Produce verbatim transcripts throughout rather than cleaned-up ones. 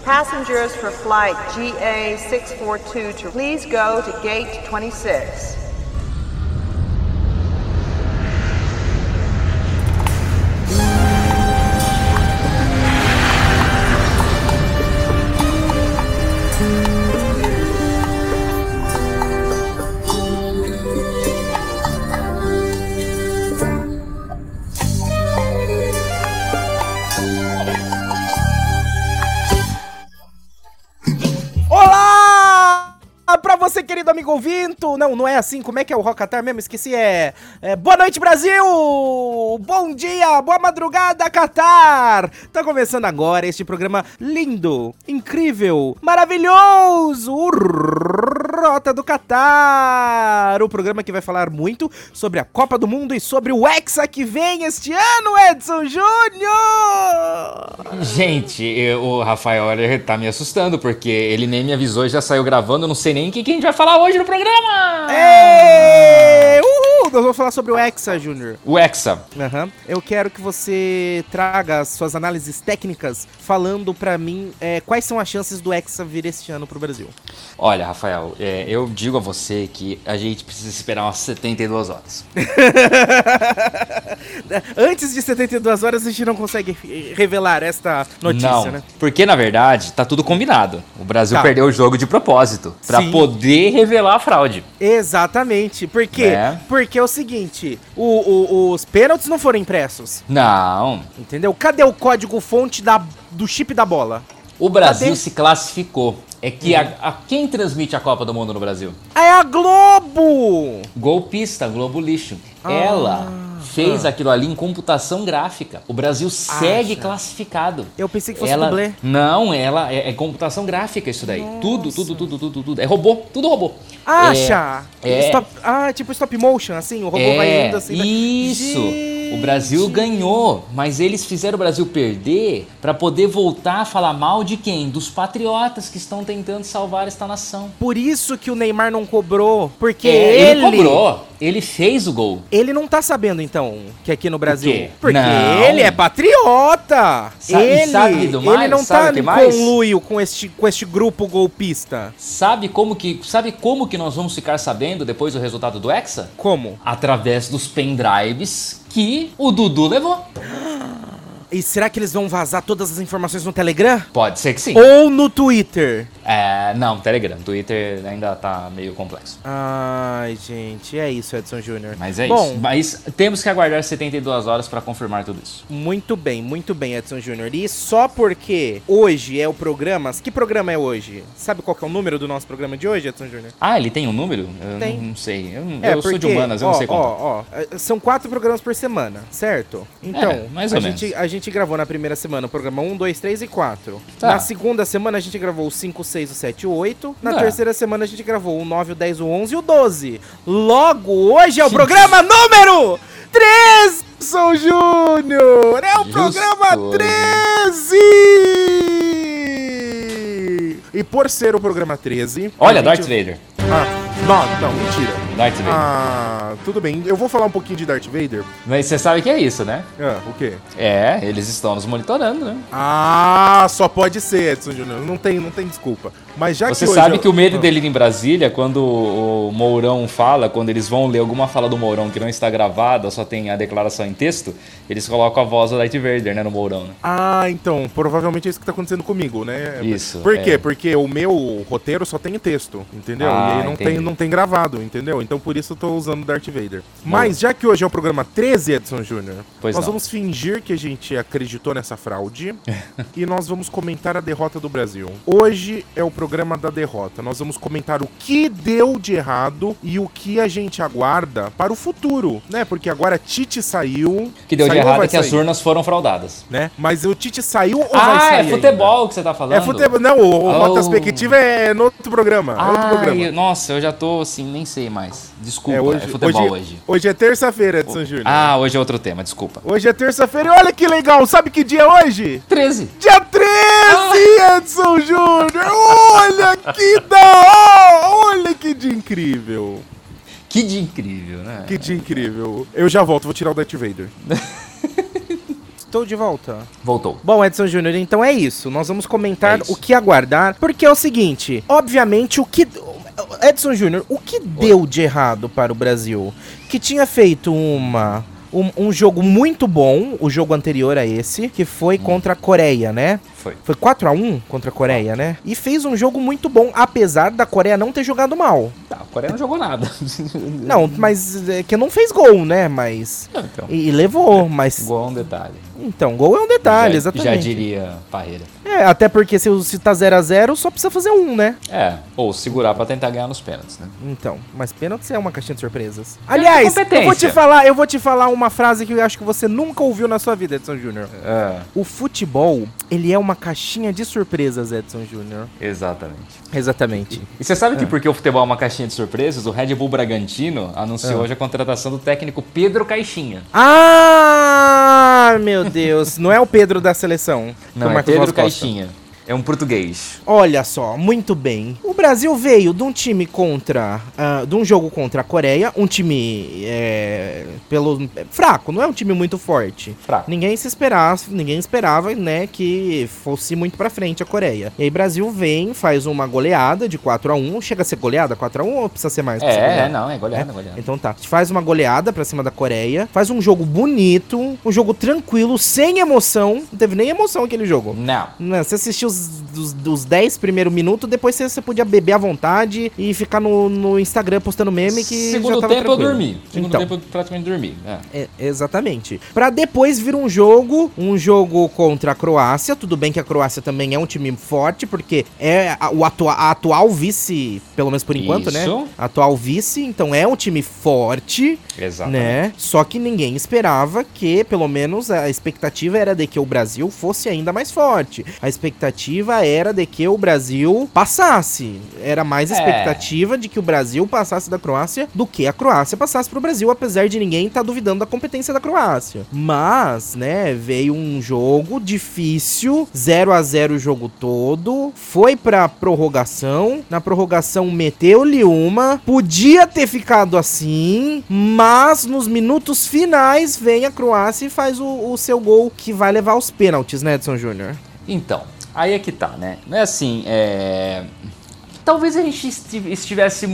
Passengers for flight G A six four two to please go to gate twenty-six. Pra você, querido amigo ouvinto, não, não é assim, como é que é o Rocatar mesmo? Esqueci, é, é boa noite, Brasil! Bom dia, boa madrugada, Catar! Tá começando agora este programa lindo, incrível, maravilhoso, o Rota do Catar! O programa que vai falar muito sobre a Copa do Mundo e sobre o Hexa que vem este ano, Edson Júnior! Gente, eu, o Rafael ele tá me assustando, porque ele nem me avisou e já saiu gravando, eu não sei nem o que, que a gente vai falar hoje no programa! Êêêê! Uhul! Nós vamos falar sobre o Hexa, Júnior. O Hexa. Uhum. Eu quero que você traga as suas análises técnicas falando pra mim é, quais são as chances do Hexa vir este ano pro Brasil. Olha, Rafael, é, eu digo a você que a gente precisa esperar umas setenta e duas horas. Antes de setenta e duas horas a gente não consegue revelar esta notícia, não, né? Porque na verdade tá tudo combinado. O Brasil Tá. perdeu o jogo de propósito pra Sim. poder revelar a fraude. Exatamente. Por quê? É. Porque é o seguinte, o, o, os pênaltis não foram impressos, Não, entendeu? Cadê o código-fonte da, do chip da bola? o Brasil Cadê? se classificou. É que a, a- quem transmite a Copa do Mundo no Brasil? É a Globo! Golpista, Globo Lixo. Ah, Ela fez ah. aquilo ali em computação gráfica. O Brasil segue Acha. classificado. Eu pensei que fosse ela... dublê. Não, ela é, é computação gráfica isso daí. Tudo, tudo, tudo, tudo, tudo. É robô, tudo robô. Acha! É. Stop... Ah, tipo stop motion, assim, o robô É, vai indo assim. vai- isso. Gente! O Brasil ganhou, mas eles fizeram o Brasil perder pra poder voltar a falar mal de quem? Dos patriotas que estão tentando salvar esta nação. Por isso que o Neymar não cobrou, porque É, ele... ele cobrou, ele fez o gol. Ele não tá sabendo, então, que aqui no Brasil... quê? Porque Não. ele é patriota! Sa- e ele, sabe do mais? ele não Sabe tá o que em mais? conluio com este, com este grupo golpista. Sabe como que, sabe como que nós vamos ficar sabendo depois do resultado do Hexa? Como? Através dos pendrives que o Dudu levou. E será que eles vão vazar todas as informações no Telegram? Pode ser que sim. Ou no Twitter? É, não, Telegram. Twitter ainda tá meio complexo. Ai, gente, é isso, Edson Júnior. Mas é Bom, isso. Mas temos que aguardar setenta e duas horas pra confirmar tudo isso. muito bem, muito bem, Edson Júnior. E só porque hoje é o programa... Que programa é hoje? Sabe qual que é o número do nosso programa de hoje, Edson Júnior? Ah, ele tem um número? Eu Tem. não sei. Eu, É, eu sou de porque, humanas, eu ó, não sei contar. Ó, ó, são quatro programas por semana, certo? Então, É, mais a, ou gente, menos. a gente gravou na primeira semana o programa um, dois, três e quatro. Tá. Na segunda semana a gente gravou o cinco, seis, o sete e o oito. Na É. terceira semana a gente gravou o nove, o dez, o onze e o doze. Logo, hoje é o programa número treze, Edson Júnior! É o Justo programa hoje. treze! E por ser o programa treze... Olha, a Darth gente- Vader. Ah, não, não, mentira. Darth Vader. Ah, tudo bem. Eu vou falar um pouquinho de Darth Vader. Mas você sabe que é isso, né? Ah, o quê? É, eles estão nos monitorando, né? Ah, só pode ser, Edson Júnior. Não tem, não tem desculpa. Mas já Você que hoje sabe eu- que o medo Ah. dele ir em Brasília, quando o Mourão fala, quando eles vão ler alguma fala do Mourão que não está gravada, só tem a declaração em texto, eles colocam a voz do Darth Vader, né, no Mourão, né? Ah, então, provavelmente é isso que tá acontecendo comigo, né? Isso, Por quê? é. Porque o meu roteiro só tem texto, entendeu? Ah, e aí não entendi. tem, não tem gravado, entendeu? Então por isso eu tô usando Darth Vader. Mas já que hoje é o programa treze, Edson Júnior, Pois nós não. vamos fingir que a gente acreditou nessa fraude e nós vamos comentar a derrota do Brasil. Hoje é o programa da derrota. Nós vamos comentar o que deu de errado e o que a gente aguarda para o futuro, né? Porque agora Tite saiu. O que deu de Saiu ou errado vai é que as sair? urnas foram fraudadas. Né? Mas o Tite saiu ou vai Ah, sair é ainda? futebol que você tá falando? É futebol. Não, o, o Oh. Rota Perspectiva é no outro programa. é outro Ah, programa. eu- nossa, eu já tô assim, nem sei mais. Desculpa, É, é, hoje, futebol hoje, hoje. hoje é terça-feira, Edson Júnior. Ah, hoje é outro tema, desculpa. Hoje é terça-feira e olha que legal. Sabe que dia é hoje? treze. Dia treze, Edson Júnior. Olha que da hora. Olha que dia incrível. Que dia incrível, né? Que dia incrível. Eu já volto, vou tirar o Darth Vader. voltou de volta? Voltou. Bom, Edson Júnior, então é isso. Nós vamos comentar É isso. o que aguardar, porque é o seguinte, obviamente, o que... Edson Júnior, o que deu de errado para o Brasil? Que tinha feito uma... Um, um jogo muito bom, o jogo anterior a esse, que foi contra a Coreia, né? Foi. Foi quatro a um contra a Coreia, né? E fez um jogo muito bom, apesar da Coreia não ter jogado mal. Tá, a Coreia não jogou nada. Não, mas é que não fez gol, né? Mas... Não, então. E, e levou, mas... Gol é um detalhe. Então, gol é um detalhe, já, exatamente. Já diria Parreira. É, até porque se, se tá zero a zero, só precisa fazer um, né? É, ou segurar pra tentar ganhar nos pênaltis, né? Então, mas pênalti é uma caixinha de surpresas. Aliás, eu vou te competência. falar, eu vou te falar uma frase que eu acho que você nunca ouviu na sua vida, Edson Júnior. É, O futebol, ele é uma caixinha de surpresas, Edson Júnior. exatamente. Exatamente. E você sabe que porque o futebol é uma caixinha de surpresas, o Red Bull Bragantino anunciou Ah. hoje a contratação do técnico Pedro Caixinha. Ah, meu Deus. Não é o Pedro da seleção. Não, do é Marcos Pedro Vaz Costa. Caixinha. É um português. Olha só, muito bem. O Brasil veio de um time contra... ah, de um jogo contra a Coreia. Um time é, pelo, fraco, não é um time muito forte. Fraco. Ninguém se esperava, ninguém esperava, né, que fosse muito pra frente a Coreia. E aí Brasil vem, faz uma goleada de quatro a um. Chega a ser goleada quatro a um ou precisa ser mais? pra ser É, goleada? é, não, é goleada, é goleada. Então tá, faz uma goleada pra cima da Coreia, faz um jogo bonito, um jogo tranquilo, sem emoção. Não teve nem emoção aquele jogo. Não. Não, você assistiu os, dos, dos dez primeiros minutos, depois você, você podia beber à vontade e ficar no, no Instagram postando meme que Segundo já tava tempo eu tranquilo. dormi. Segundo Então, tempo eu praticamente dormi. É. é, exatamente. Pra depois vir um jogo, um jogo contra a Croácia. Tudo bem que a Croácia também é um time forte, porque é a, o atua, a atual vice, pelo menos por enquanto, né? Isso. Atual vice, então é um time forte, Exatamente. né? Só que ninguém esperava que, pelo menos, a expectativa era de que o Brasil fosse ainda mais forte. A expectativa era de que o Brasil passasse. Era mais É. expectativa de que o Brasil passasse da Croácia do que a Croácia passasse pro Brasil, apesar de ninguém estar duvidando da competência da Croácia. Mas, né, veio um jogo difícil, zero a zero o jogo todo, foi pra prorrogação, na prorrogação meteu-lhe uma, podia ter ficado assim, mas nos minutos finais vem a Croácia e faz o, o seu gol que vai levar aos pênaltis, né, Edson Júnior? Então, aí é que tá, né? Não é assim, é... Talvez a gente esti- estivesse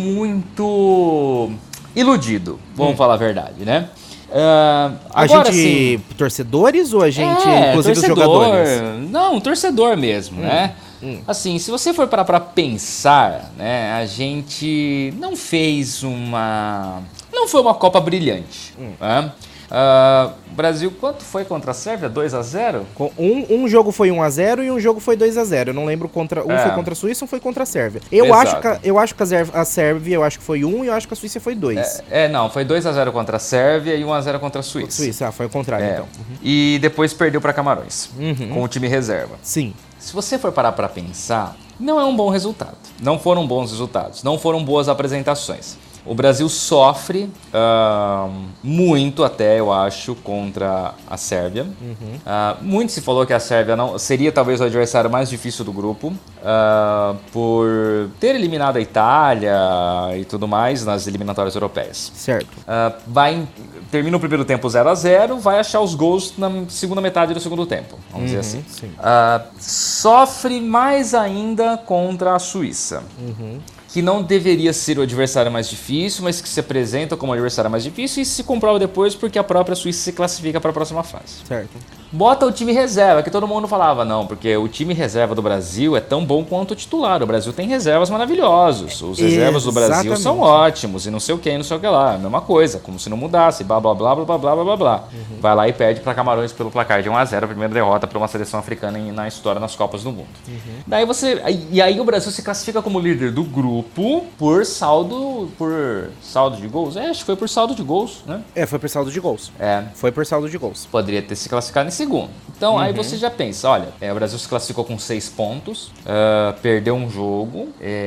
muito iludido, vamos falar a verdade, né? Ah, A agora, gente, assim, torcedores ou a gente, é, inclusive os torcedor, jogadores? Não, torcedor mesmo, né? hum. Assim, se você for parar pra pensar, né? A gente não fez uma... Não foi uma Copa brilhante, né? Ah, o Brasil, quanto foi contra a Sérvia? dois a zero? Com- Um, um jogo foi um a zero e um jogo foi dois a zero. Eu não lembro contra. Um É. foi contra a Suíça, um foi contra a Sérvia. Eu Exato. acho que, a, eu acho que a, Zer- a Sérvia eu acho que foi um e eu acho que a Suíça foi dois. É, não, foi dois a zero contra a Sérvia e um a zero contra a Suíça. Suíça, ah, foi o contrário É. então. E depois perdeu para Camarões, Uhum. com o time reserva. Sim. Se você for parar para pensar, não é um bom resultado. Não foram bons resultados, não foram boas apresentações. O Brasil sofre ah, muito até, eu acho, contra a Sérvia. Ah, muito se falou que a Sérvia não, seria talvez o adversário mais difícil do grupo, ah, por ter eliminado a Itália e tudo mais nas eliminatórias europeias. Certo. Ah, vai em- termina o primeiro tempo zero a zero, vai achar os gols na segunda metade do segundo tempo, vamos dizer assim. sim. Ah, sofre mais ainda contra a Suíça, que não deveria ser o adversário mais difícil, mas que se apresenta como o adversário mais difícil e se comprova depois porque a própria Suíça se classifica para a próxima fase. Certo. Bota o time reserva, que todo mundo falava, não, porque o time reserva do Brasil é tão bom quanto o titular. O Brasil tem reservas maravilhosos. Os reservas do Brasil são Exatamente. ótimos e não sei o que, não sei o que lá. Mesma coisa, como se não mudasse, blá blá blá blá blá blá blá blá. Vai lá e perde para Camarões pelo placar de um a zero, a primeira derrota para uma seleção africana em- na história nas Copas do Mundo. Daí você, e aí o Brasil se classifica como líder do grupo por saldo, por saldo de gols. É, acho que foi por saldo de gols, né? É, foi por saldo de gols. É. Foi por saldo de gols. Poderia ter se classificado em segundo. Então aí você já pensa, olha, é, o Brasil se classificou com seis pontos, ah, perdeu um jogo,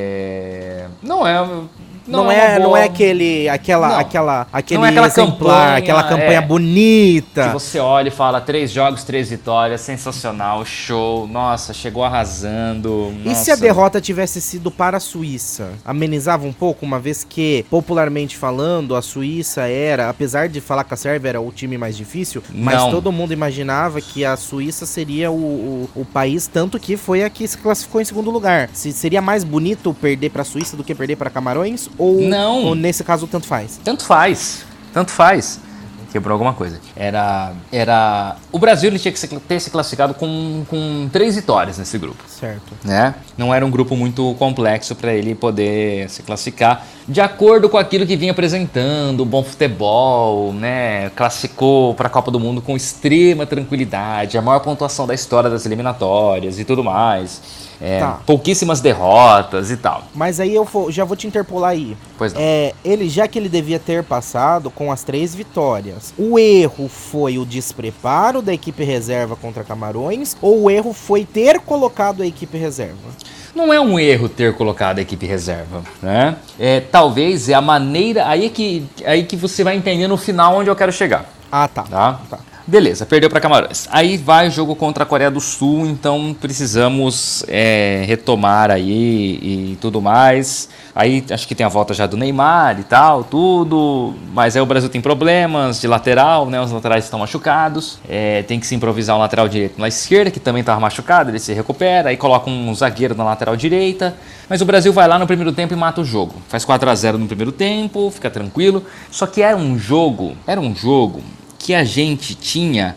é, não é... Não, uma é, boa- não é aquele, aquela, Não. aquela, aquele Não é aquela exemplar, campanha, aquela campanha é. bonita. Que você olha e fala, três jogos, três vitórias, sensacional, show, nossa, chegou arrasando. E nossa. se a derrota tivesse sido para a Suíça? Amenizava um pouco, uma vez que, popularmente falando, a Suíça era, apesar de falar que a Sérvia era o time mais difícil, mas Não. todo mundo imaginava imaginava que a Suíça seria o, o, o país, tanto que foi a que se classificou em segundo lugar. Se, seria mais bonito perder pra Suíça do que perder pra Camarões? Ou, Não. ou nesse caso tanto faz? Tanto faz, tanto faz. Quebrou alguma coisa. Era, era... O Brasil ele tinha que ter se classificado com, com três vitórias nesse grupo. Certo. Né? Não era um grupo muito complexo para ele poder se classificar de acordo com aquilo que vinha apresentando, bom futebol, né? Classificou para a Copa do Mundo com extrema tranquilidade, a maior pontuação da história das eliminatórias e tudo mais. É, tá. Pouquíssimas derrotas e tal. Mas aí eu vou, já vou te interpolar aí. Pois não. É, ele, já que ele devia ter passado com as três vitórias, o erro foi o despreparo da equipe reserva contra Camarões ou o erro foi ter colocado a equipe reserva? Não é um erro ter colocado a equipe reserva, né? É, talvez é a maneira... Aí é que, aí que você vai entender no final onde eu quero chegar. Ah, tá. Tá? tá. Beleza, perdeu para Camarões. Aí vai o jogo contra a Coreia do Sul, então precisamos é, retomar aí e tudo mais. Aí acho que tem a volta já do Neymar e tal, tudo. Mas aí o Brasil tem problemas de lateral, né? Os laterais estão machucados. É, tem que se improvisar um lateral direito na esquerda, que também estava machucado, ele se recupera. Aí coloca um zagueiro na lateral direita. Mas o Brasil vai lá no primeiro tempo e mata o jogo. Faz quatro a zero no primeiro tempo, fica tranquilo. Só que era um jogo, era um jogo... que a gente tinha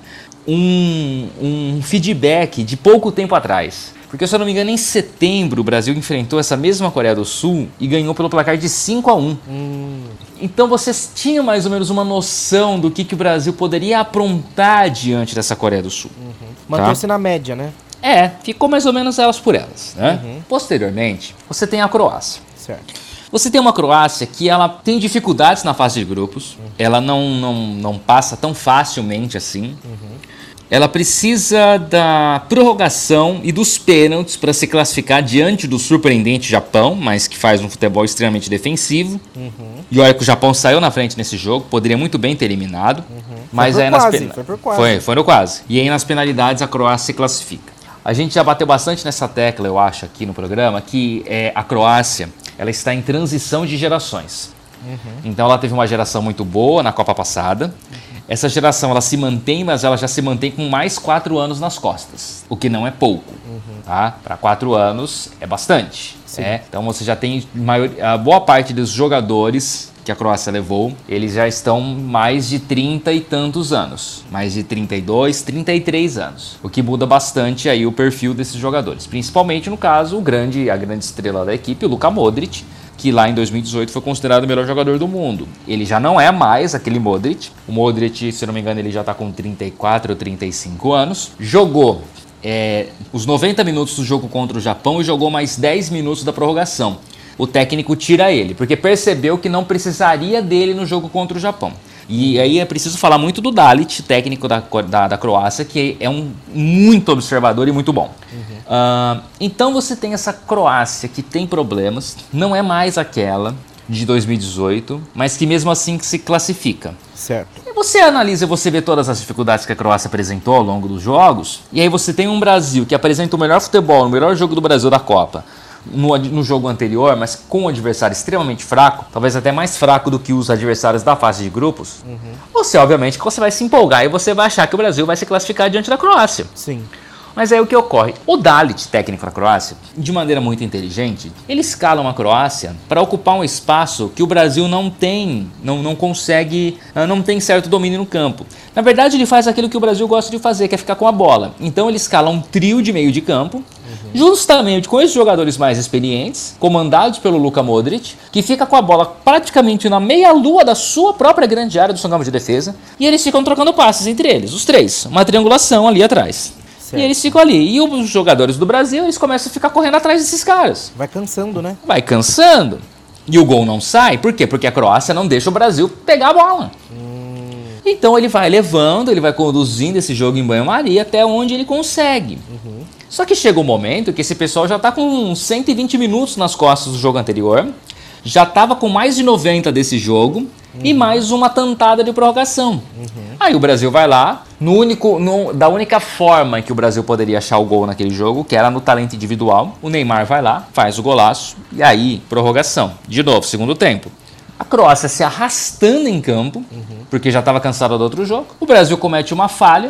um, um feedback de pouco tempo atrás. Porque, se eu não me engano, em setembro o Brasil enfrentou essa mesma Coreia do Sul e ganhou pelo placar de cinco a um. Hum. Então vocês tinham mais ou menos uma noção do que, que o Brasil poderia aprontar diante dessa Coreia do Sul. Uhum. Manter-se tá? na média, né? É, ficou mais ou menos elas por elas. Né? Uhum. Posteriormente, você tem a Croácia. Certo. Você tem uma Croácia que ela tem dificuldades na fase de grupos, uhum. ela não, não, não passa tão facilmente assim. Uhum. Ela precisa da prorrogação e dos pênaltis para se classificar diante do surpreendente Japão, mas que faz um futebol extremamente defensivo. Uhum. E olha que o Japão saiu na frente nesse jogo, poderia muito bem ter eliminado. Uhum. Mas foi, aí por nas quase, pen... foi por quase, foi, foi no quase. E aí nas penalidades a Croácia se classifica. A gente já bateu bastante nessa tecla, eu acho, aqui no programa, que é, a Croácia... ela está em transição de gerações. Uhum. Então ela teve uma geração muito boa na Copa passada. Uhum. Essa geração ela se mantém, mas ela já se mantém com mais quatro anos nas costas, o que não é pouco. Uhum. Tá? Para quatro anos é bastante. É? Então você já tem maior, a boa parte dos jogadores que a Croácia levou, eles já estão mais de trinta e tantos anos. Mais de trinta e dois, trinta e três anos. O que muda bastante aí o perfil desses jogadores. Principalmente no caso, o grande, a grande estrela da equipe, o Luka Modric, que lá em dois mil e dezoito foi considerado o melhor jogador do mundo. Ele já não é mais aquele Modric. O Modric, se não me engano, ele já está com trinta e quatro ou trinta e cinco anos. Jogou é, os noventa minutos do jogo contra o Japão e jogou mais dez minutos da prorrogação. O técnico tira ele, porque percebeu que não precisaria dele no jogo contra o Japão. E aí é preciso falar muito do Dalit, técnico da, da, da Croácia, que é um muito observador e muito bom. Uhum. Uh, então você tem essa Croácia que tem problemas, não é mais aquela de dois mil e dezoito, mas que mesmo assim se classifica. Certo. E você analisa, você vê todas as dificuldades que a Croácia apresentou ao longo dos jogos, e aí você tem um Brasil que apresenta o melhor futebol, o melhor jogo do Brasil da Copa, No, no jogo anterior, mas com um adversário extremamente fraco, talvez até mais fraco do que os adversários da fase de grupos, uhum. você obviamente você vai se empolgar e você vai achar que o Brasil vai se classificar diante da Croácia. Sim. Mas aí o que ocorre? O Dalit, técnico da Croácia, de maneira muito inteligente, ele escala uma Croácia para ocupar um espaço que o Brasil não tem, não, não consegue, não tem certo domínio no campo. Na verdade, ele faz aquilo que o Brasil gosta de fazer, que é ficar com a bola. Então ele escala um trio de meio de campo, uhum. justamente com esses jogadores mais experientes, comandados pelo Luka Modric, que fica com a bola praticamente na meia-lua da sua própria grande área do seu campo de defesa, e eles ficam trocando passes entre eles, os três, uma triangulação ali atrás. Certo. E eles ficam ali. E os jogadores do Brasil, eles começam a ficar correndo atrás desses caras. Vai cansando, né? Vai cansando. E o gol não sai. Por quê? Porque a Croácia não deixa o Brasil pegar a bola. Hum. Então ele vai levando, ele vai conduzindo esse jogo em banho-maria até onde ele consegue. Uhum. Só que chega um momento que esse pessoal já está com cento e vinte minutos nas costas do jogo anterior. Já estava com mais de noventa desse jogo. Uhum. E mais uma tantada de prorrogação. Uhum. Aí o Brasil vai lá, no único, no, da única forma que o Brasil poderia achar o gol naquele jogo, que era no talento individual, o Neymar vai lá, faz o golaço, e aí prorrogação. De novo, segundo tempo. A Croácia se arrastando em campo, uhum. porque já estava cansada do outro jogo. O Brasil comete uma falha,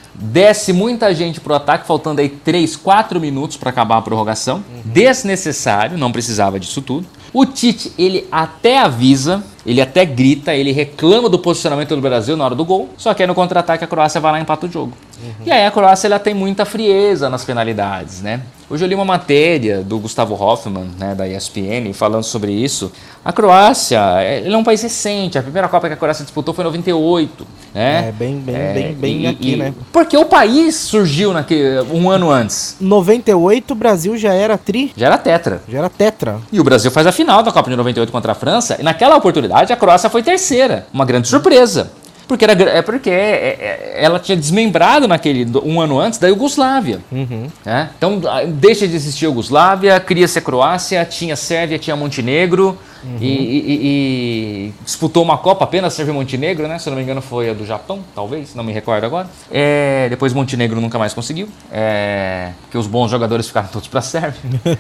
desce muita gente pro ataque, faltando aí três, quatro minutos para acabar a prorrogação. Uhum. Desnecessário, não precisava disso tudo. O Tite, ele até avisa, ele até grita, ele reclama do posicionamento do Brasil na hora do gol, só que aí no contra-ataque a Croácia vai lá e empata o jogo. Uhum. E aí a Croácia ela tem muita frieza nas penalidades, né? Hoje eu li uma matéria do Gustavo Hoffmann, né, da E S P N, falando sobre isso. A Croácia, ele é um país recente, a primeira Copa que a Croácia disputou foi em noventa e oito, né? É, bem, bem, é, bem, bem e, aqui, e, né? Porque o país surgiu naquele, um ano antes. noventa e oito, o Brasil já era tri. Já era tetra. Já era tetra. E o Brasil faz a final da Copa de noventa e oito contra a França, e naquela oportunidade a Croácia foi terceira. Uma grande surpresa. Porque, era, é porque é, é, ela tinha desmembrado naquele um ano antes da Iugoslávia. Uhum. É? Então deixa de existir a Iugoslávia, cria-se a Croácia, tinha Sérvia, tinha Montenegro. Uhum. E, e, e disputou uma Copa apenas Sérvia e Montenegro, né? Se eu não me engano foi a do Japão, talvez, não me recordo agora. É, depois Montenegro nunca mais conseguiu, é, porque os bons jogadores ficaram todos para a Sérvia.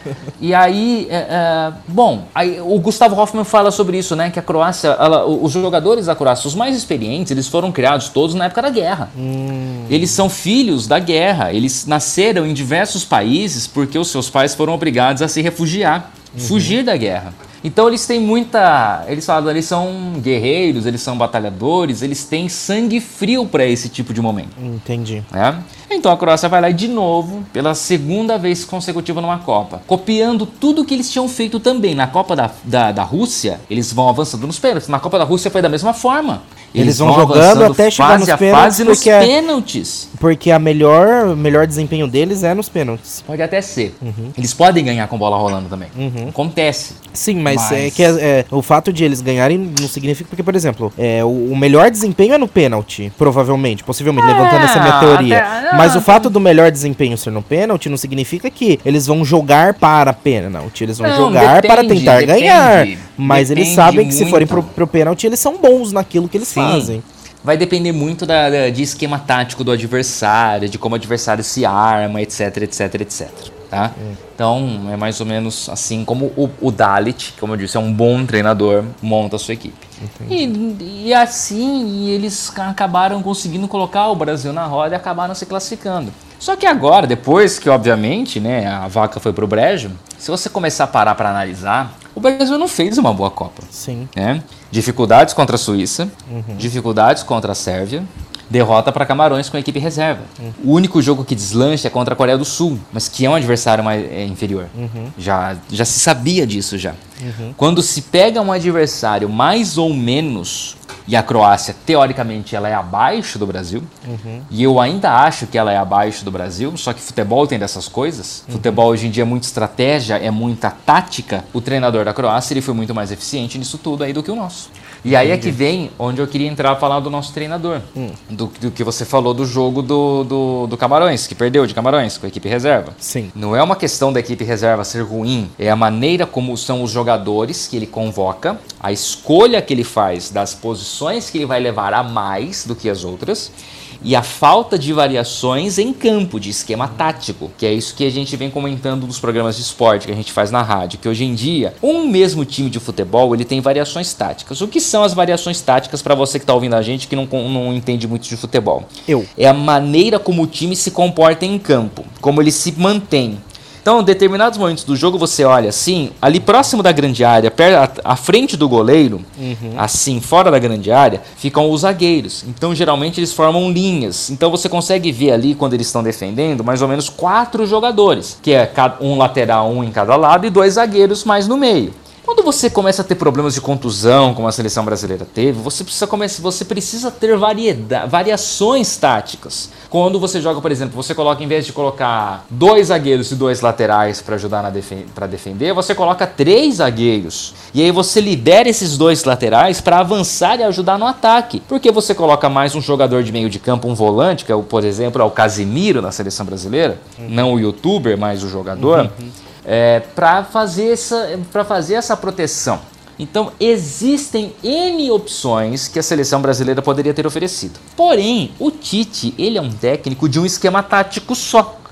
E aí, é, é, bom, aí o Gustavo Hoffmann fala sobre isso, né? Que a Croácia, ela, os jogadores da Croácia, os mais experientes, eles foram criados todos na época da guerra. Hum. Eles são filhos da guerra, eles nasceram em diversos países porque os seus pais foram obrigados a se refugiar, uhum. fugir da guerra. Então eles têm muita, eles falam, eles são guerreiros, eles são batalhadores, eles têm sangue frio para esse tipo de momento. Entendi. É? Então a Croácia vai lá e de novo, pela segunda vez consecutiva numa Copa, copiando tudo que eles tinham feito também. Na Copa da, da, da Rússia, eles vão avançando nos pênaltis. Na Copa da Rússia foi da mesma forma. Eles, eles vão, vão jogando até chegar nos pênaltis, fase nos porque, pênaltis. Porque a melhor, melhor desempenho deles é nos pênaltis. Pode até ser. Uhum. Eles podem ganhar com bola rolando também. Uhum. Acontece. Sim, mas, mas... É que é, é, o fato de eles ganharem não significa porque, por exemplo, é, o, o melhor desempenho é no pênalti, provavelmente, possivelmente, é, levantando essa minha teoria. Até, não, mas o fato do melhor desempenho ser no pênalti não significa que eles vão jogar para pênalti. Eles vão não, jogar depende, para tentar depende, ganhar. Mas depende eles sabem que muito. Se forem pro, pro pênalti, eles são bons naquilo que eles Sim. fazem. Vai depender muito da, da, de esquema tático do adversário, de como o adversário se arma, etc, etc, etc. Tá? Hum. Então, é mais ou menos assim como o, o Dalit, como eu disse, é um bom treinador, monta a sua equipe. E, e assim, eles acabaram conseguindo colocar o Brasil na roda e acabaram se classificando. Só que agora, depois que, obviamente, né, a vaca foi pro brejo, se você começar a parar para analisar, o Brasil não fez uma boa Copa. Sim. Né? Dificuldades contra a Suíça, uhum. dificuldades contra a Sérvia, derrota para Camarões com a equipe reserva. Uhum. O único jogo que deslancha é contra a Coreia do Sul, mas que é um adversário mais é, inferior. Uhum. Já, já se sabia disso já. Uhum. Quando se pega um adversário mais ou menos, e a Croácia, teoricamente, ela é abaixo do Brasil, uhum. e eu ainda acho que ela é abaixo do Brasil, só que futebol tem dessas coisas. Uhum. Futebol hoje em dia é muita estratégia, é muita tática. O treinador da Croácia, ele foi muito mais eficiente nisso tudo aí do que o nosso. E aí é que vem onde eu queria entrar falar do nosso treinador. Hum. Do, do que você falou do jogo do, do, do Camarões, que perdeu de Camarões com a equipe reserva. Sim. Não é uma questão da equipe reserva ser ruim, é a maneira como são os jogadores que ele convoca, a escolha que ele faz das posições que ele vai levar a mais do que as outras, e a falta de variações em campo, de esquema tático, que é isso que a gente vem comentando nos programas de esporte que a gente faz na rádio, que hoje em dia, um mesmo time de futebol, ele tem variações táticas. O que são as variações táticas para você que está ouvindo a gente que não, não entende muito de futebol? Eu. É a maneira como o time se comporta em campo, como ele se mantém. Então, em determinados momentos do jogo, você olha assim, ali próximo da grande área, perto, à frente do goleiro, uhum. assim, fora da grande área, ficam os zagueiros. Então, geralmente, eles formam linhas. Então, você consegue ver ali, quando eles estão defendendo, mais ou menos quatro jogadores, que é um lateral, um em cada lado, e dois zagueiros mais no meio. Quando você começa a ter problemas de contusão, como a seleção brasileira teve, você precisa, começar, você precisa ter variedade, variações táticas. Quando você joga, por exemplo, você coloca, em vez de colocar dois zagueiros e dois laterais para ajudar na defen- para defender, você coloca três zagueiros. E aí você libera esses dois laterais para avançar e ajudar no ataque. Porque você coloca mais um jogador de meio de campo, um volante, que é, o, por exemplo, é o Casimiro na seleção brasileira, uhum. não o youtuber, mas o jogador. Uhum. É, para fazer essa, para fazer essa proteção. Então, existem N opções que a seleção brasileira poderia ter oferecido. Porém, o Tite, ele é um técnico de um esquema tático só.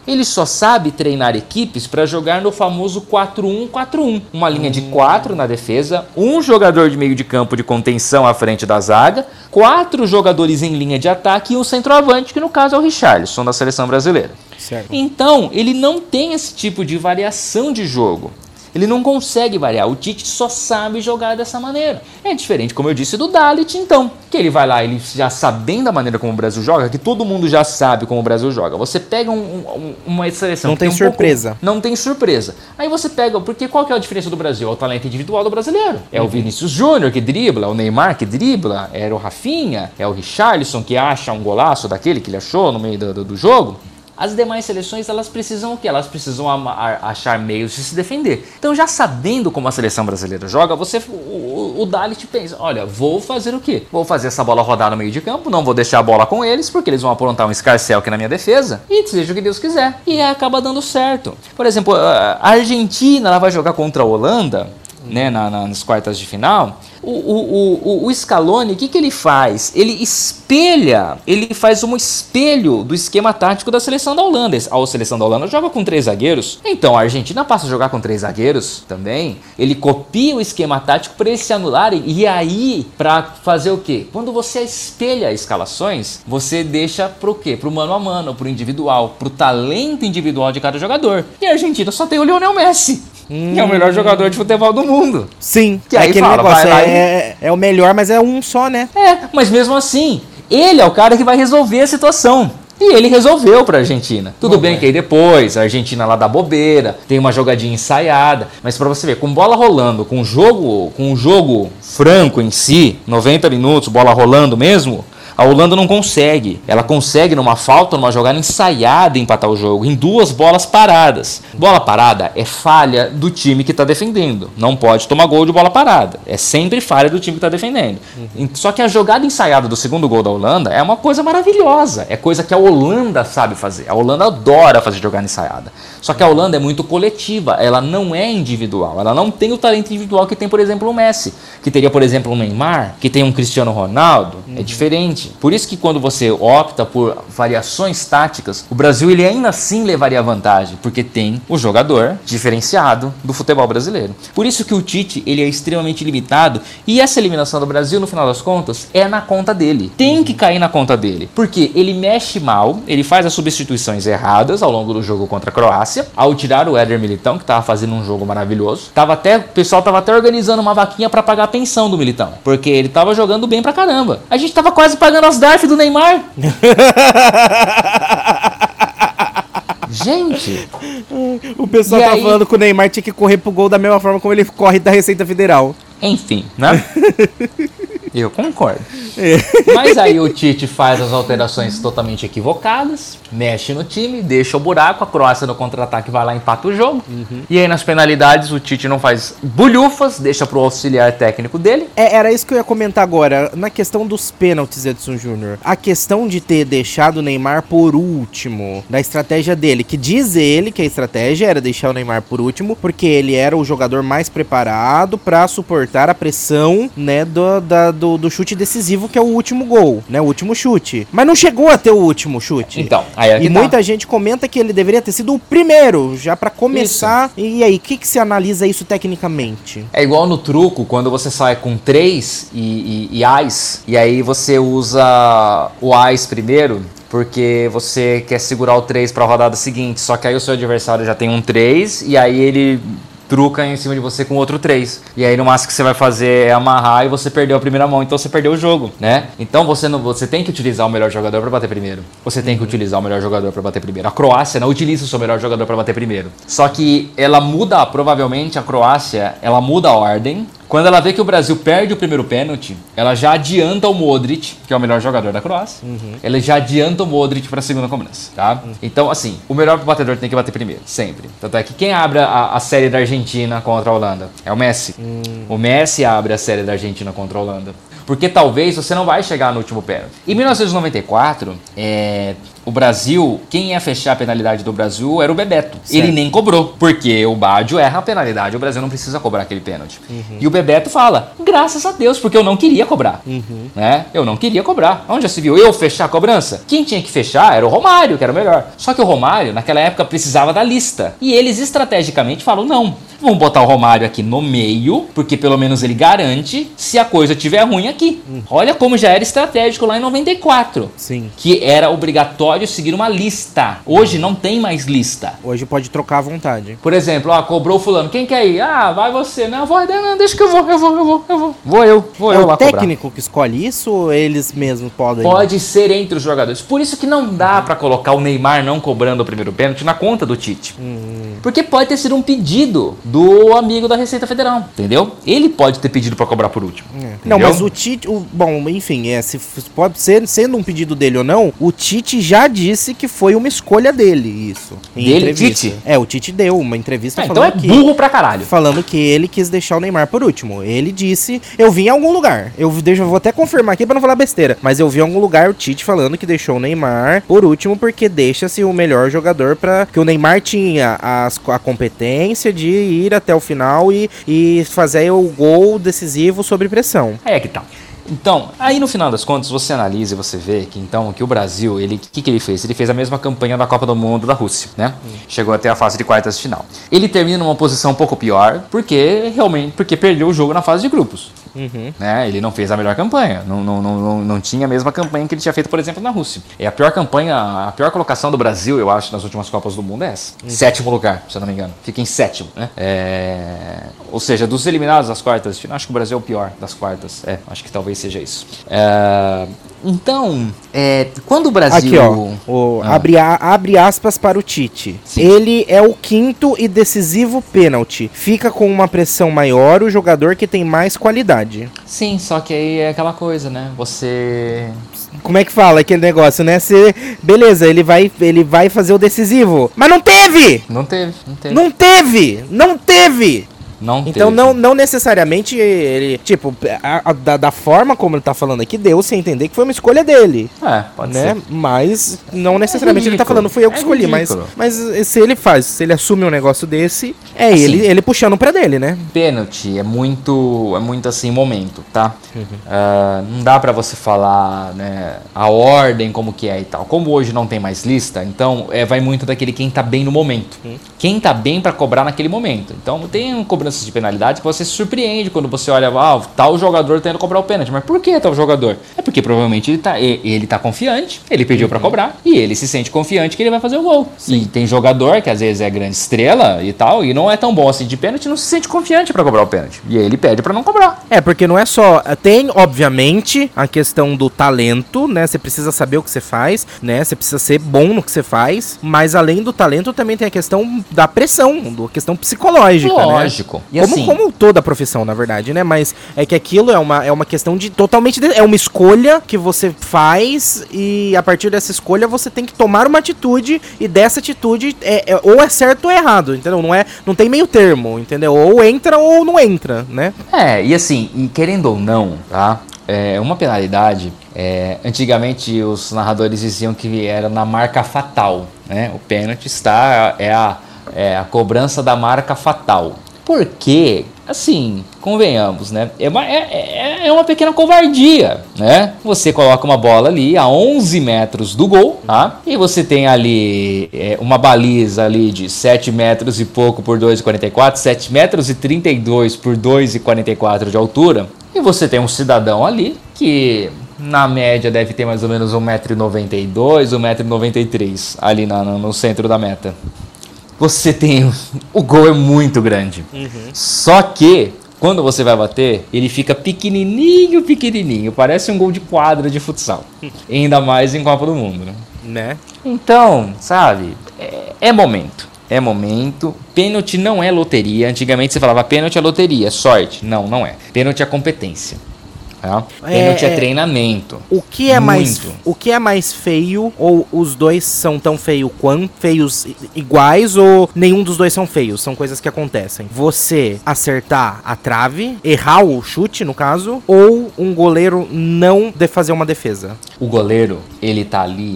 Ele só sabe treinar equipes para jogar no famoso quatro um quatro um. Uma linha de quatro na defesa, um jogador de meio de campo de contenção à frente da zaga, quatro jogadores em linha de ataque e um centroavante, que no caso é o Richarlison da seleção brasileira. Certo. Então, ele não tem esse tipo de variação de jogo. Ele não consegue variar. O Tite só sabe jogar dessa maneira. É diferente, como eu disse, do Dalit, então. Que ele vai lá, ele já sabendo a maneira como o Brasil joga, que todo mundo já sabe como o Brasil joga. Você pega um, um, uma seleção... Não tem um surpresa. Pouco, não tem surpresa. Aí você pega... Porque qual que é a diferença do Brasil? É o talento individual do brasileiro. É uhum. o Vinícius Júnior que dribla, é o Neymar que dribla, é o Rafinha, é o Richarlison que acha um golaço daquele que ele achou no meio do, do, do jogo. As demais seleções, elas precisam o quê? Elas precisam achar meios de se defender. Então, já sabendo como a seleção brasileira joga, você, o, o Dalit pensa, olha, vou fazer o quê? Vou fazer essa bola rodar no meio de campo, não vou deixar a bola com eles, porque eles vão aprontar um escarcel aqui na minha defesa, e seja o que Deus quiser. E acaba dando certo. Por exemplo, a Argentina, ela vai jogar contra a Holanda, né, na, na, nas quartas de final. O, o, o, o Scaloni, o que, que ele faz? Ele espelha, ele faz um espelho do esquema tático da seleção da Holanda. A seleção da Holanda joga com três zagueiros, então a Argentina passa a jogar com três zagueiros também. Ele copia o esquema tático para eles se anularem, e aí, para fazer o quê? Quando você espelha escalações, você deixa pro quê? Pro mano a mano, pro individual, pro talento individual de cada jogador. E a Argentina só tem o Lionel Messi. Hum. Que é o melhor jogador de futebol do mundo. Sim, que aí aquele fala, negócio vai lá é, é, é o melhor, mas é um só, né? É, mas mesmo assim, ele é o cara que vai resolver a situação. E ele resolveu pra Argentina. Tudo Bom, bem é. que aí depois, a Argentina lá dá bobeira, tem uma jogadinha ensaiada, mas pra você ver, com bola rolando, com jogo, com um jogo franco em si, noventa minutos, bola rolando mesmo, a Holanda não consegue. Ela consegue numa falta, numa jogada ensaiada, empatar o jogo, em duas bolas paradas. Bola parada é falha do time que está defendendo. Não pode tomar gol de bola parada. É sempre falha do time que está defendendo. Uhum. Só que a jogada ensaiada do segundo gol da Holanda é uma coisa maravilhosa. É coisa que a Holanda sabe fazer. A Holanda adora fazer jogada ensaiada. Só que a Holanda é muito coletiva. Ela não é individual. Ela não tem o talento individual que tem, por exemplo, o Messi. Que teria, por exemplo, um Neymar. Que tem um Cristiano Ronaldo. Uhum. É diferente. Por isso que quando você opta por variações táticas, o Brasil ele ainda assim levaria vantagem, porque tem o jogador diferenciado do futebol brasileiro. Por isso que o Tite ele é extremamente limitado, e essa eliminação do Brasil, no final das contas, é na conta dele. Tem que cair na conta dele, porque ele mexe mal, ele faz as substituições erradas ao longo do jogo contra a Croácia, ao tirar o Éder Militão, que estava fazendo um jogo maravilhoso. Tava até, o pessoal estava até organizando uma vaquinha para pagar a pensão do Militão, porque ele estava jogando bem pra caramba. A gente estava quase pagando as D A R F do Neymar. Gente, o pessoal tá aí... falando que o Neymar tinha que correr pro gol da mesma forma como ele corre da Receita Federal. Enfim, né? Eu concordo. É. Mas aí o Tite faz as alterações totalmente equivocadas, mexe no time, deixa o buraco, a Croácia no contra-ataque vai lá e empata o jogo. Uhum. E aí nas penalidades o Tite não faz bulhufas, deixa pro auxiliar técnico dele. É, era isso que eu ia comentar agora. Na questão dos pênaltis, Edson Júnior, a questão de ter deixado o Neymar por último, da estratégia dele, que diz ele que a estratégia era deixar o Neymar por último, porque ele era o jogador mais preparado pra suportar a pressão, né, do, da, do, do chute decisivo, que é o último gol, né, o último chute. Mas não chegou a ter o último chute. Então, aí é que E tá. muita gente comenta que ele deveria ter sido o primeiro, já pra começar. Isso. E aí, o que, que se analisa isso tecnicamente? É igual no truco, quando você sai com três e, e, e ás, e aí você usa o ás primeiro, porque você quer segurar o três para a rodada seguinte, só que aí o seu adversário já tem um três, e aí ele truca em cima de você com outro três. E aí no máximo que você vai fazer é amarrar e você perdeu a primeira mão, então você perdeu o jogo, né? Então você, não, você tem que utilizar o melhor jogador para bater primeiro. Você tem que utilizar o melhor jogador para bater primeiro. A Croácia não utiliza o seu melhor jogador para bater primeiro. Só que ela muda, provavelmente a Croácia, ela muda a ordem. Quando ela vê que o Brasil perde o primeiro pênalti, ela já adianta o Modric, que é o melhor jogador da Croácia. Uhum. Ela já adianta o Modric para a segunda cobrança, tá? Uhum. Então, assim, o melhor batedor tem que bater primeiro, sempre. Tanto é que quem abre a, a série da Argentina contra a Holanda é o Messi. Uhum. O Messi abre a série da Argentina contra a Holanda. Porque talvez você não vai chegar no último pênalti. Em mil novecentos e noventa e quatro, é, o Brasil, quem ia fechar a penalidade do Brasil era o Bebeto. Certo. Ele nem cobrou, porque o Baggio erra a penalidade, o Brasil não precisa cobrar aquele pênalti. Uhum. E o Bebeto fala, graças a Deus, porque eu não queria cobrar. Uhum. Né? Eu não queria cobrar. Onde já se viu eu fechar a cobrança? Quem tinha que fechar era o Romário, que era o melhor. Só que o Romário, naquela época, precisava da lista. E eles estrategicamente falam, não, vamos botar o Romário aqui no meio, porque pelo menos ele garante se a coisa estiver ruim aqui. Hum. Olha como já era estratégico lá em noventa e quatro. Sim. Que era obrigatório seguir uma lista. Hoje não tem mais lista. Hoje pode trocar à vontade. Por exemplo, ó, cobrou fulano. Quem quer ir? Ah, vai você. Não, vou, não, deixa que eu vou, eu vou, eu vou, eu vou. Vou eu, vou é eu lá cobrar. É o técnico que escolhe isso ou eles mesmos podem? Pode ser entre os jogadores. Por isso que não dá pra colocar o Neymar não cobrando o primeiro pênalti na conta do Tite. Hum. Porque pode ter sido um pedido do amigo da Receita Federal, entendeu? Ele pode ter pedido pra cobrar por último. É. Não, mas o Tite, o, bom, enfim, é, se pode ser, sendo um pedido dele ou não, o Tite já disse que foi uma escolha dele, isso. Dele, Tite? É, o Tite deu uma entrevista é, falando então é que... burro pra caralho. Falando que ele quis deixar o Neymar por último. Ele disse, eu vi em algum lugar, eu, deixa, eu vou até confirmar aqui pra não falar besteira, mas eu vi em algum lugar o Tite falando que deixou o Neymar por último porque deixa-se o melhor jogador pra... Que o Neymar tinha as, a competência de ir até o final e, e fazer o gol decisivo sob pressão. É que tá. Então, aí no final das contas, você analisa e você vê que então que o Brasil, ele, o que, que ele fez? Ele fez a mesma campanha da Copa do Mundo da Rússia, né? Hum. Chegou até a fase de quartas de final. Ele termina numa posição um pouco pior, porque realmente, porque perdeu o jogo na fase de grupos. Uhum. Né? Ele não fez a melhor campanha, não, não, não, não tinha a mesma campanha que ele tinha feito, por exemplo, na Rússia. É a pior campanha, a pior colocação do Brasil, eu acho, nas últimas Copas do Mundo é essa. Uhum. Sétimo lugar, se eu não me engano. Fica em sétimo, né? É... Ou seja, dos eliminados das quartas de final, acho que o Brasil é o pior das quartas. É, acho que talvez seja isso. É... Então, é, quando o Brasil... Aqui, ó, o, ah. abre, a, abre aspas para o Tite. Sim. Ele é o quinto e decisivo pênalti. Fica com uma pressão maior o jogador que tem mais qualidade. Sim, só que aí é aquela coisa, né? Você... Como é que fala aquele negócio, né? Você, beleza, ele vai, ele vai fazer o decisivo. Mas não teve! Não teve, não teve. Não teve! Não teve! Não então não, não necessariamente ele, tipo, a, a, da, da forma como ele tá falando aqui, deu-se a entender que foi uma escolha dele. É, pode né? ser. Mas não necessariamente é ele tá falando, fui eu que é escolhi, mas, mas se ele faz, se ele assume um negócio desse, é assim, ele, ele puxando pra dele, né? Pênalti é muito, é muito assim, momento, tá? Uhum. Uh, não dá pra você falar, né, a ordem, como que é e tal. Como hoje não tem mais lista, então é, vai muito daquele quem tá bem no momento. Uhum. Quem tá bem pra cobrar naquele momento. Então tem um cobrança de penalidade que você se surpreende quando você olha, ah, tal jogador tendo que cobrar o pênalti. Mas por que tal jogador? É porque provavelmente ele tá, ele tá confiante, ele pediu uhum. pra cobrar e ele se sente confiante que ele vai fazer o gol. Sim. E tem jogador que às vezes é grande estrela e tal, e não é tão bom assim de pênalti, não se sente confiante pra cobrar o pênalti. E aí ele pede pra não cobrar. É, porque não é só... Tem, obviamente, a questão do talento, né? Você precisa saber o que você faz, né? Você precisa ser bom no que você faz, mas além do talento também tem a questão da pressão, da questão psicológica, Lógico. Né? E como, assim, como toda profissão, na verdade, né? Mas é que aquilo é uma, é uma questão de totalmente... De, é uma escolha que você faz e a partir dessa escolha você tem que tomar uma atitude e dessa atitude é, é, ou é certo ou é errado, entendeu? Não, é, não tem meio termo, entendeu? Ou entra ou não entra, né? É, e assim, e querendo ou não, tá? É uma penalidade... É, antigamente os narradores diziam que era na marca fatal, né? O pênalti está... É a, é a cobrança da marca fatal. Porque, assim, convenhamos, né? É uma, é, é uma pequena covardia, né? Você coloca uma bola ali a onze metros do gol, tá? E você tem ali é, uma baliza ali de sete metros e pouco por dois e quarenta e quatro, sete metros e trinta e dois por dois e quarenta e quatro de altura. E você tem um cidadão ali que... Na média deve ter mais ou menos um metro e noventa e dois, um metro e noventa e três ali na, no, no centro da meta. Você tem... O gol é muito grande. Uhum. Só que, quando você vai bater, ele fica pequenininho, pequenininho. Parece um gol de quadra de futsal. Ainda mais em Copa do Mundo, né? Né? Então, sabe, é, é momento. É momento. Pênalti não é loteria. Antigamente você falava pênalti é loteria, é sorte. Não, não é. Pênalti é competência. Tá? Pênalti é, é treinamento. O que é mais, o que é mais feio? Ou os dois são tão feio quanto feios iguais ou nenhum dos dois são feios? São coisas que acontecem. Você acertar a trave, errar o chute no caso, ou um goleiro não de fazer uma defesa. O goleiro ele tá ali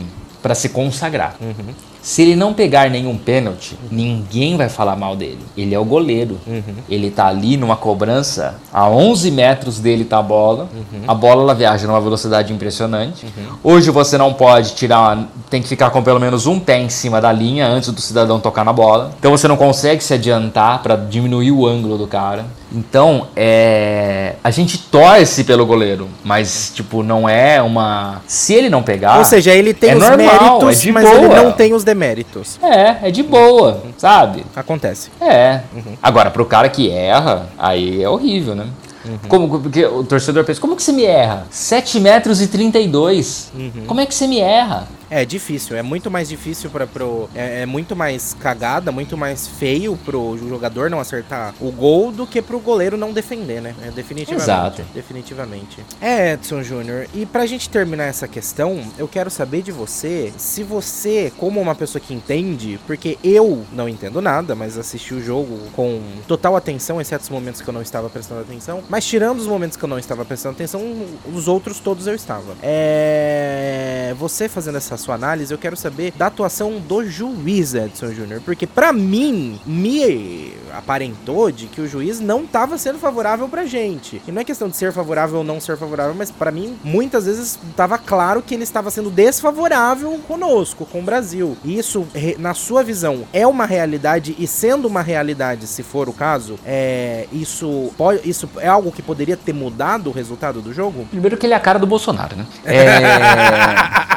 para se consagrar. Uhum. Se ele não pegar nenhum pênalti, ninguém vai falar mal dele. Ele é o goleiro. Uhum. Ele tá ali numa cobrança, a onze metros dele tá a bola. Uhum. A bola ela viaja numa velocidade impressionante. Uhum. Hoje você não pode tirar, tem que ficar com pelo menos um pé em cima da linha antes do cidadão tocar na bola. Então você não consegue se adiantar para diminuir o ângulo do cara. Então, é... a gente torce pelo goleiro, mas, tipo, não é uma... Se ele não pegar... Ou seja, ele tem é os normal, méritos, é de mas boa. ele não tem os deméritos. É, é de boa, sabe? Acontece. É. Uhum. Agora, pro cara que erra, aí é horrível, né? Uhum. Como, porque o torcedor pensa, como que você me erra? sete metros e trinta e dois. Uhum. Como é que você me erra? É difícil, é muito mais difícil para pro é, é muito mais cagada, muito mais feio pro jogador não acertar o gol do que pro goleiro não defender, né? É, definitivamente. Exato. Definitivamente. É, Edson Júnior, e pra gente terminar essa questão, eu quero saber de você, se você, como uma pessoa que entende, porque eu não entendo nada, mas assisti o jogo com total atenção, exceto os momentos que eu não estava prestando atenção, mas tirando os momentos que eu não estava prestando atenção, os outros todos eu estava. É... Você fazendo essa sua análise, eu quero saber da atuação do juiz, Edson Júnior, porque pra mim, me aparentou de que o juiz não estava sendo favorável pra gente. E não é questão de ser favorável ou não ser favorável, mas pra mim, muitas vezes estava claro que ele estava sendo desfavorável conosco, com o Brasil. E isso, na sua visão, é uma realidade, e sendo uma realidade, se for o caso, é, isso, pode, isso é algo que poderia ter mudado o resultado do jogo? Primeiro que ele é a cara do Bolsonaro, né? É...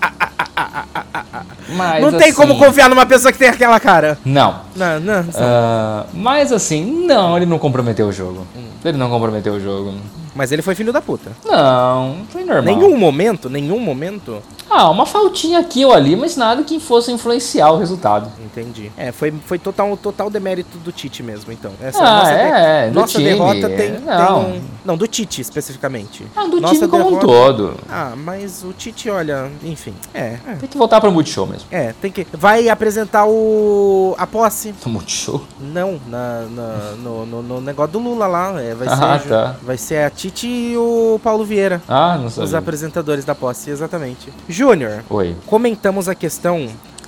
Mas, não tem assim, como confiar numa pessoa que tem aquela cara. Não. Não, não. Uh, mas assim, não, ele não comprometeu o jogo. Hum. Ele não comprometeu o jogo. Mas ele foi filho da puta. Não, foi normal. Nenhum momento, nenhum momento. Ah, uma faltinha aqui ou ali, mas nada que fosse influenciar o resultado. Entendi. É, foi, foi total, total demérito do Tite mesmo, então. Essa ah, nossa, é, de... do nossa time. derrota tem, não. tem um... Não, do Tite, especificamente. Ah, do nossa time como derrota... um todo. Ah, mas o Tite, olha, enfim, é, é. Tem que voltar pro Multishow mesmo. É, tem que... Vai apresentar o... a posse. No Multishow? Não, na, na, no, no, no negócio do Lula lá. É, vai, ah, ser, tá. vai ser a Tite e o Paulo Vieira. Ah, não sabia. Os apresentadores da posse, exatamente. Júnior. Oi. Comentamos a questão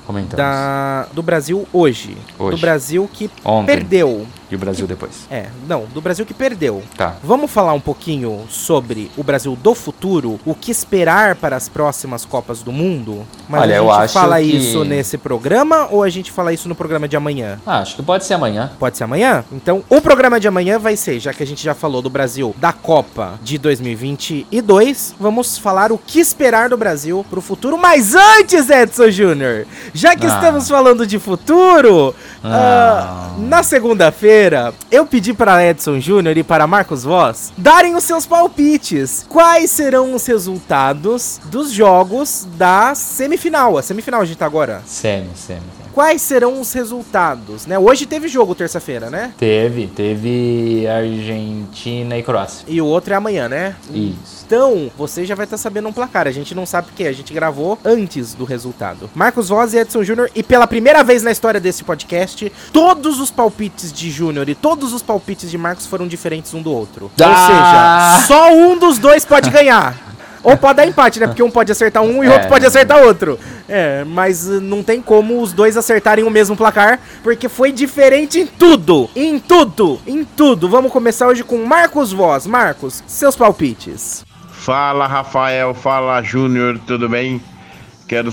da, do Brasil hoje. hoje. Do Brasil que Ontem. perdeu. E o Brasil que, depois. É, não, do Brasil que perdeu. Tá. Vamos falar um pouquinho sobre o Brasil do futuro, o que esperar para as próximas Copas do Mundo? Mas Olha, a gente eu acho fala que... isso nesse programa ou a gente fala isso no programa de amanhã? Ah, acho que pode ser amanhã. Pode ser amanhã? Então, o programa de amanhã vai ser, já que a gente já falou do Brasil da Copa de dois mil e vinte e dois, vamos falar o que esperar do Brasil pro futuro. Mas antes, Edson Júnior, já que ah. estamos falando de futuro, ah. uh, na segunda-feira, eu pedi para Edson Júnior e para Marcos Voss darem os seus palpites. Quais serão os resultados dos jogos da semifinal? A semifinal a gente tá agora? Semi, semi. Quais serão os resultados, né? Hoje teve jogo terça-feira, né? Teve, teve Argentina e Croácia. E o outro é amanhã, né? Isso. Então, você já vai estar sabendo um placar. A gente não sabe porque a gente gravou antes do resultado. Marcos Voss e Edson Júnior, e pela primeira vez na história desse podcast, todos os palpites de Júnior e todos os palpites de Marcos foram diferentes um do outro. Ah! Ou seja, só um dos dois pode ganhar. Ou pode dar empate, né? Porque um pode acertar um e o é. outro pode acertar outro. É, mas não tem como os dois acertarem o mesmo placar, porque foi diferente em tudo. Em tudo, em tudo. Vamos começar hoje com Marcos Voss. Marcos, seus palpites. Fala, Rafael. Fala, Júnior. Tudo bem? Quero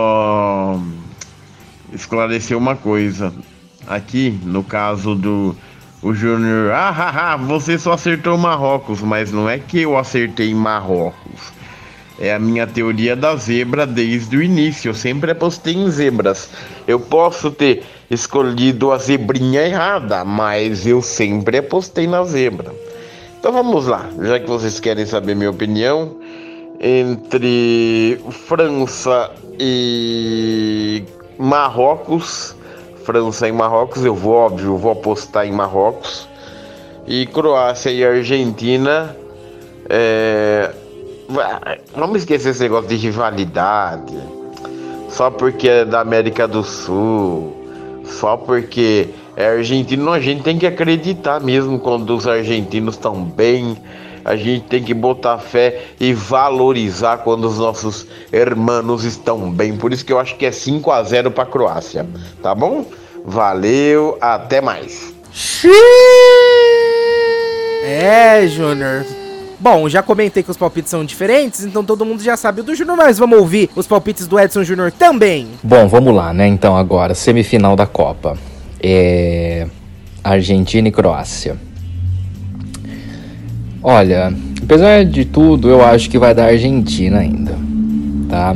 só esclarecer uma coisa. Aqui, no caso do... O Júnior, ah, ah, ah, você só acertou Marrocos, mas não é que eu acertei Marrocos. É a minha teoria da zebra desde o início. Eu sempre apostei em zebras. Eu posso ter escolhido a zebrinha errada, mas eu sempre apostei na zebra. Então vamos lá, já que vocês querem saber minha opinião, entre França e Marrocos... França e Marrocos, eu vou, óbvio, vou apostar em Marrocos. E Croácia e Argentina, é... vamos esquecer esse negócio de rivalidade, só porque é da América do Sul, só porque é argentino, a gente tem que acreditar mesmo quando os argentinos estão bem, A gente tem que botar fé e valorizar quando os nossos irmãos estão bem. Por isso que eu acho que é cinco a zero para a Croácia. Tá bom? Valeu, até mais. É, Júnior. Bom, já comentei que os palpites são diferentes, então todo mundo já sabe o do Júnior, mas vamos ouvir os palpites do Edson Júnior também. Bom, vamos lá, né? Então agora, semifinal da Copa. É... Argentina e Croácia. Olha, apesar de tudo, eu acho que vai dar Argentina ainda, tá?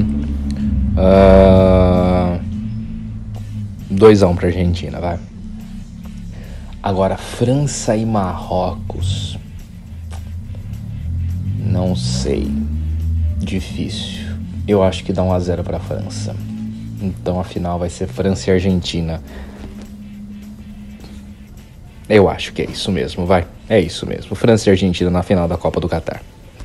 Uh... dois a um pra Argentina, vai. Agora, França e Marrocos. Não sei. Difícil. Eu acho que dá um a zero pra França. Então a final vai ser França e Argentina. Eu acho que é isso mesmo, vai. É isso mesmo. França e Argentina na final da Copa do Catar.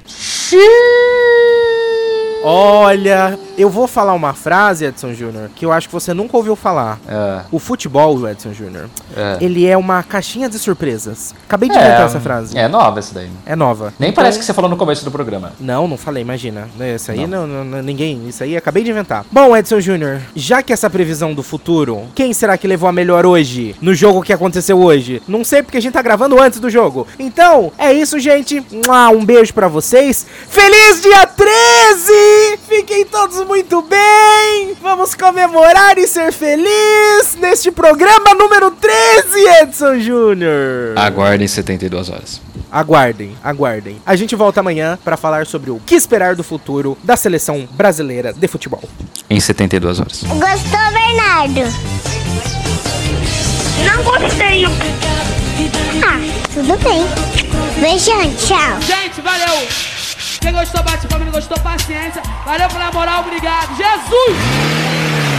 Olha, eu vou falar uma frase, Edson Júnior, que eu acho que você nunca ouviu falar. É. O futebol, Edson Júnior, É. ele é uma caixinha de surpresas. Acabei de É, inventar essa frase. É nova essa daí. É nova. Nem Então- parece que você falou no começo do programa. Não, não falei, imagina. Isso aí não. Não, não, ninguém. Isso aí acabei de inventar. Bom, Edson Júnior, já que essa previsão do futuro, quem será que levou a melhor hoje? No jogo que aconteceu hoje? Não sei porque a gente tá gravando antes do jogo. Então, é isso, gente. Um beijo pra vocês. Feliz dia treze! Fiquem todos muito bem! Vamos comemorar e ser feliz neste programa número treze, Edson Júnior! Aguardem setenta e duas horas. Aguardem, aguardem. A gente volta amanhã pra falar sobre o que esperar do futuro da seleção brasileira de futebol. Em setenta e duas horas. Gostou, Bernardo? Não gostei. Ah, tudo bem. Beijão, tchau. Gente, valeu! Quem gostou, bate palma, não gostou, paciência. Valeu pela moral, obrigado. Jesus!